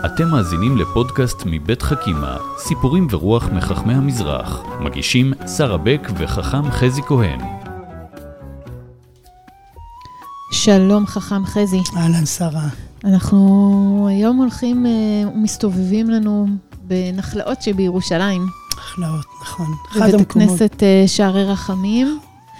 אתם מאזינים לפודקאסט מבית חכימה, סיפורים ורוח מחכמי המזרח. מגישים שרה בק וחכם חזי כהן. שלום חכם חזי. אהלן שרה. אנחנו היום הולכים ומסתובבים לנו בנחלאות שבירושלים. נחלאות, נכון. בבית הכנסת שערי רחמים.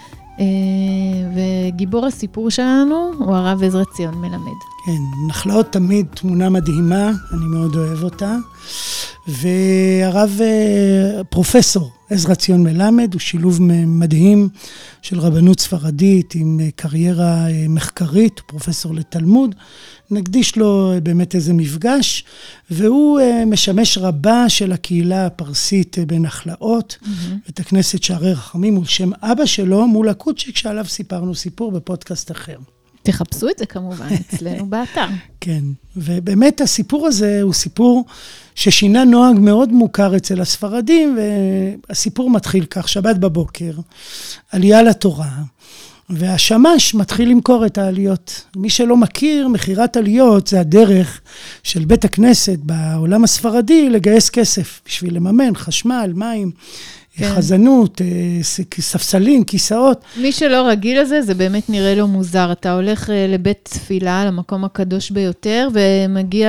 וגיבור הסיפור שלנו הוא הרב עזרא ציון מלמד. כן, נחלאות תמיד תמונה מדהימה, אני מאוד אוהב אותה. והרב פרופסור עזרא ציון מלמד הוא שילוב מדהים של רבנות ספרדית עם קריירה מחקרית, פרופסור לתלמוד. נקדיש לו באמת איזה מפגש, והוא משמש רבה של הקהילה הפרסית בנחלאות, את הכנסת שערי רחמים מול שם אבא שלו, מול הקודשיק שעליו סיפרנו סיפור בפודקאסט אחר. תחפשו את זה כמובן אצלנו באתר. כן, ובאמת הסיפור הזה הוא סיפור ששינה נוהג מאוד מוכר אצל הספרדים, והסיפור מתחיל כך, שבת בבוקר, עלייה לתורה, והשמש מתחיל למכור את העליות. מי שלא מכיר, מחירת עליות זה הדרך של בית הכנסת בעולם הספרדי לגייס כסף, בשביל לממן חשמל, מים, חזנות, ספסלים, כיסאות. מי שלא רגיל לזה, זה באמת נראה לו מוזר. אתה הולך לבית תפילה, למקום הקדוש ביותר, ומגיע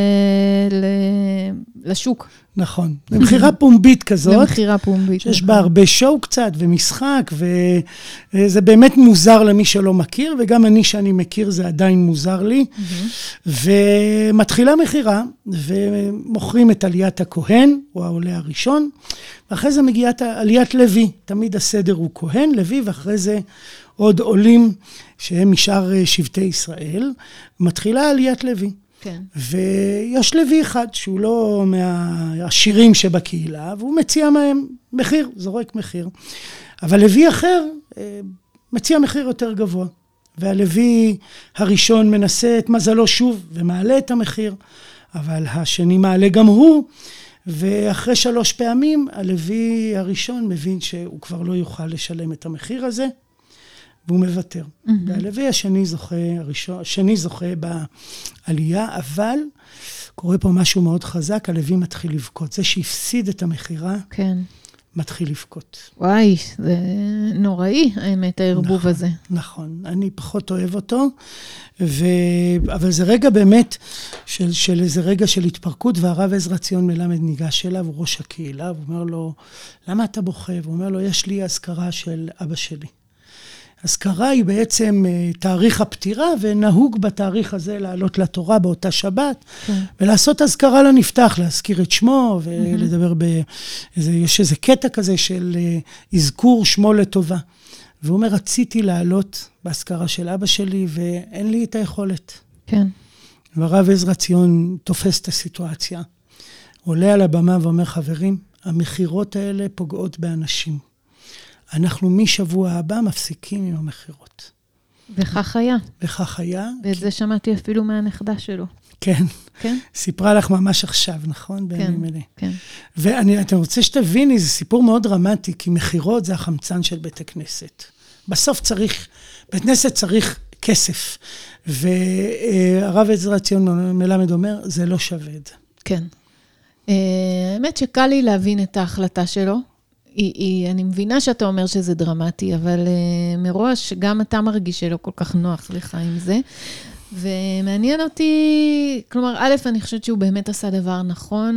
לשוק. נכון. למחירה פומבית כזאת. למחירה פומבית. שיש בה הרבה שואו קצת ומשחק, וזה באמת מוזר למי שלא מכיר, וגם אני שאני מכיר זה עדיין מוזר לי. ומתחילה מחירה, ומוכרים את עליית הכהן, הוא העולה הראשון, ואחרי זה מגיעה עליית לוי. תמיד הסדר הוא כהן, לוי, ואחרי זה עוד עולים שהם משאר שבטי ישראל. מתחילה עליית לוי. כן. ויש לוי אחד שהוא לא מהעשירים שבקהילה, והוא מציע מהם מחיר, זורק מחיר. אבל לוי אחר מציע מחיר יותר גבוה. והלוי הראשון מנסה את מזלו שוב ומעלה את המחיר, אבל השני מעלה גם הוא, ואחרי 3 פעמים הלוי הראשון מבין שהוא כבר לא יוכל לשלם את המחיר הזה, והוא מוותר. והלוי השני זוכה בעלייה, אבל קורה פה משהו מאוד חזק, הלוי מתחיל לבכות. זה שהפסיד את המחירה, כן. מתחיל לבכות. וואי, זה נוראי, האמת, הערבוב נכון, הזה. נכון, אני פחות אוהב אותו, אבל זה רגע באמת של איזה רגע של התפרקות, והרב עזרא ציון מלמד ניגש אליו, הוא ראש הקהילה, והוא אומר לו, למה אתה בוכה? והוא אומר לו, יש לי אזכרה של אבא שלי. אזכרה היא בעצם תאריך הפטירה, ונהוג בתאריך הזה לעלות לתורה באותה שבת, ולעשות אזכרה לנפתח, להזכיר את שמו, ולדבר יש איזה קטע כזה של אזכור שמו לטובה. והוא אומר, רציתי לעלות באזכרה של אבא שלי, ואין לי את היכולת. כן. והרב עזרא ציון תופס את הסיטואציה, עולה על הבמה ואומר, חברים, המחירות האלה פוגעות באנשים. אנחנו משבוע הבא מפסיקים עם המחירות. וכך היה. וכך היה. ואת זה שמעתי אפילו מהנכדה שלו. כן. כן? סיפרה לך ממש עכשיו, נכון? כן, כן. ואתה רוצה שתביני, זה סיפור מאוד דרמטי, כי מחירות זה החמצן של בית הכנסת. בסוף בית כנסת צריך כסף. והרב עזרא ציון מלמד אומר, זה לא שווה את זה. כן. האמת שקל לי להבין את ההחלטה שלו. אני מבינה שאתה אומר שזה דרמטי, אבל מראש גם אתה מרגיש שלא כל כך נוח לך עם זה. ומעניין אותי, כלומר, א', אני חושבת שהוא באמת עשה דבר נכון,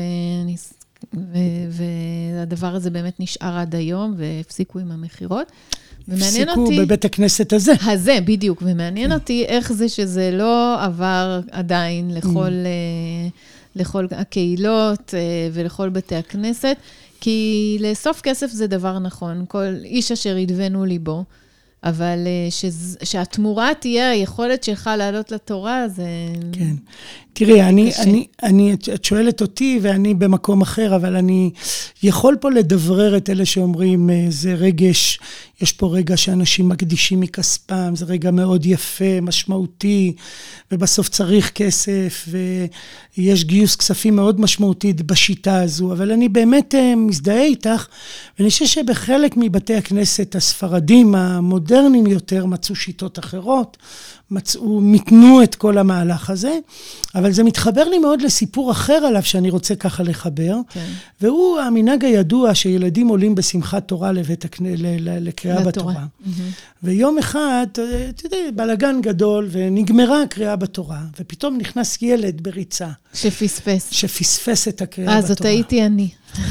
והדבר הזה באמת נשאר עד היום, והפסיקו עם המחירות. הפסיקו בבית הכנסת הזה. הזה, בדיוק. ומעניין אותי איך זה שזה לא עבר עדיין לכל הקהילות ולכל בתי הכנסת, כי לאסוף כסף זה דבר נכון, כל איש אשר ידבנו ליבו, אבל שהתמורה תהיה היכולת שלך לעלות לתורה, זה... כן. תראי, את שואלת אותי ואני במקום אחר, אבל אני יכול פה לדברר את אלה שאומרים, זה רגש יש פה רגע שאנשים מקדישים מכספם, זה רגע מאוד יפה, משמעותי, ובסוף צריך כסף, ויש גיוס כספים מאוד משמעותית בשיטה הזו, אבל אני באמת מזדהה איתך, ואני חושב שבחלק מבתי הכנסת הספרדים המודרניים יותר מצאו שיטות אחרות, מתנו את כל המהלך הזה, אבל זה מתחבר לי מאוד לסיפור אחר עליו שאני רוצה ככה לחבר, והוא המנהג הידוע שילדים עולים בשמחת תורה לקריאה בתורה. ויום אחד, אתה יודע, בלגן גדול, ונגמרה הקריאה בתורה, ופתאום נכנס ילד בריצה. שפספס את הקריאה בתורה. זאת הייתי אני.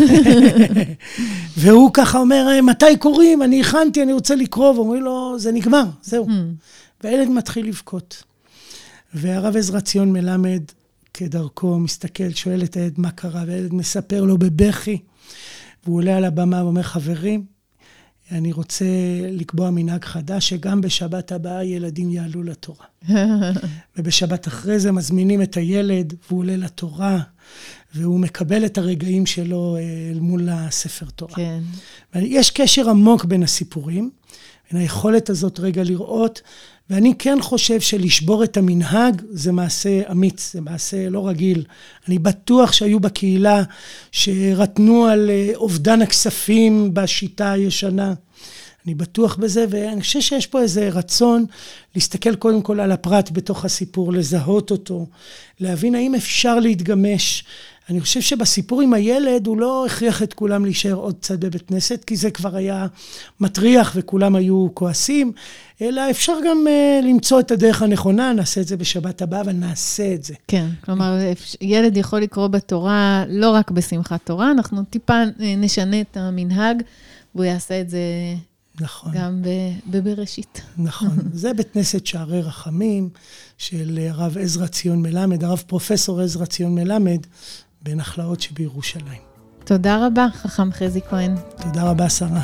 והוא ככה אומר, מתי קוראים? אני הכנתי, אני רוצה לקרוא, ואומרים לו, זה נגמר, זהו. והילד מתחיל לבכות. והרב עזרא ציון מלמד, כדרכו, מסתכל, שואל את הילד מה קרה, והילד מספר לו בבכי, והוא עולה על הבמה ואומר, חברים, אני רוצה לקבוע מנהג חדש, שגם בשבת הבאה ילדים יעלו לתורה. ובשבת אחרי זה מזמינים את הילד, והוא עולה לתורה, והוא מקבל את הרגעים שלו מול הספר תורה. כן. יש קשר עמוק בין הסיפורים, בין היכולת הזאת רגע לראות, ואני כן חושב שלשבור את המנהג זה מעשה אמיץ, זה מעשה לא רגיל. אני בטוח שהיו בקהילה שרתנו על אובדן הכספים בשיטה הישנה. אני בטוח בזה, ואני חושב שיש פה איזה רצון להסתכל קודם כל על הפרט בתוך הסיפור, לזהות אותו, להבין האם אפשר להתגמש. אני חושב שבסיפור עם הילד הוא לא הכריח את כולם להישאר עוד קצת בבית כנסת, כי זה כבר היה מטריח וכולם היו כועסים, אלא אפשר גם למצוא את הדרך הנכונה, נעשה את זה בשבת הבאה, אבל נעשה את זה. כן, כלומר, ילד יכול לקרוא בתורה לא רק בשמחת תורה, אנחנו טיפה נשנה את המנהג, והוא יעשה את זה נכון. גם בבראשית. נכון, זה בית כנסת שערי רחמים, של הרב עזרא ציון מלמד, הרב פרופסור עזרא ציון מלמד, בנחלאות שבירושלים. תודה רבה, חכם חזי כהן. תודה רבה, שרה.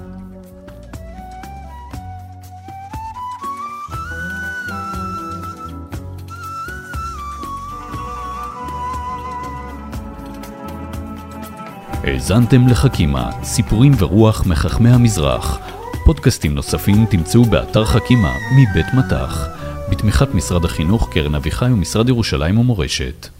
האזנתם לחכימה, סיפורים ורוח מחכמי המזרח. פודקאסטים נוספים תמצאו באתר חכימה מבית מטח, בתמיכת משרד החינוך, קרן אביחי ומשרד ירושלים ומורשת.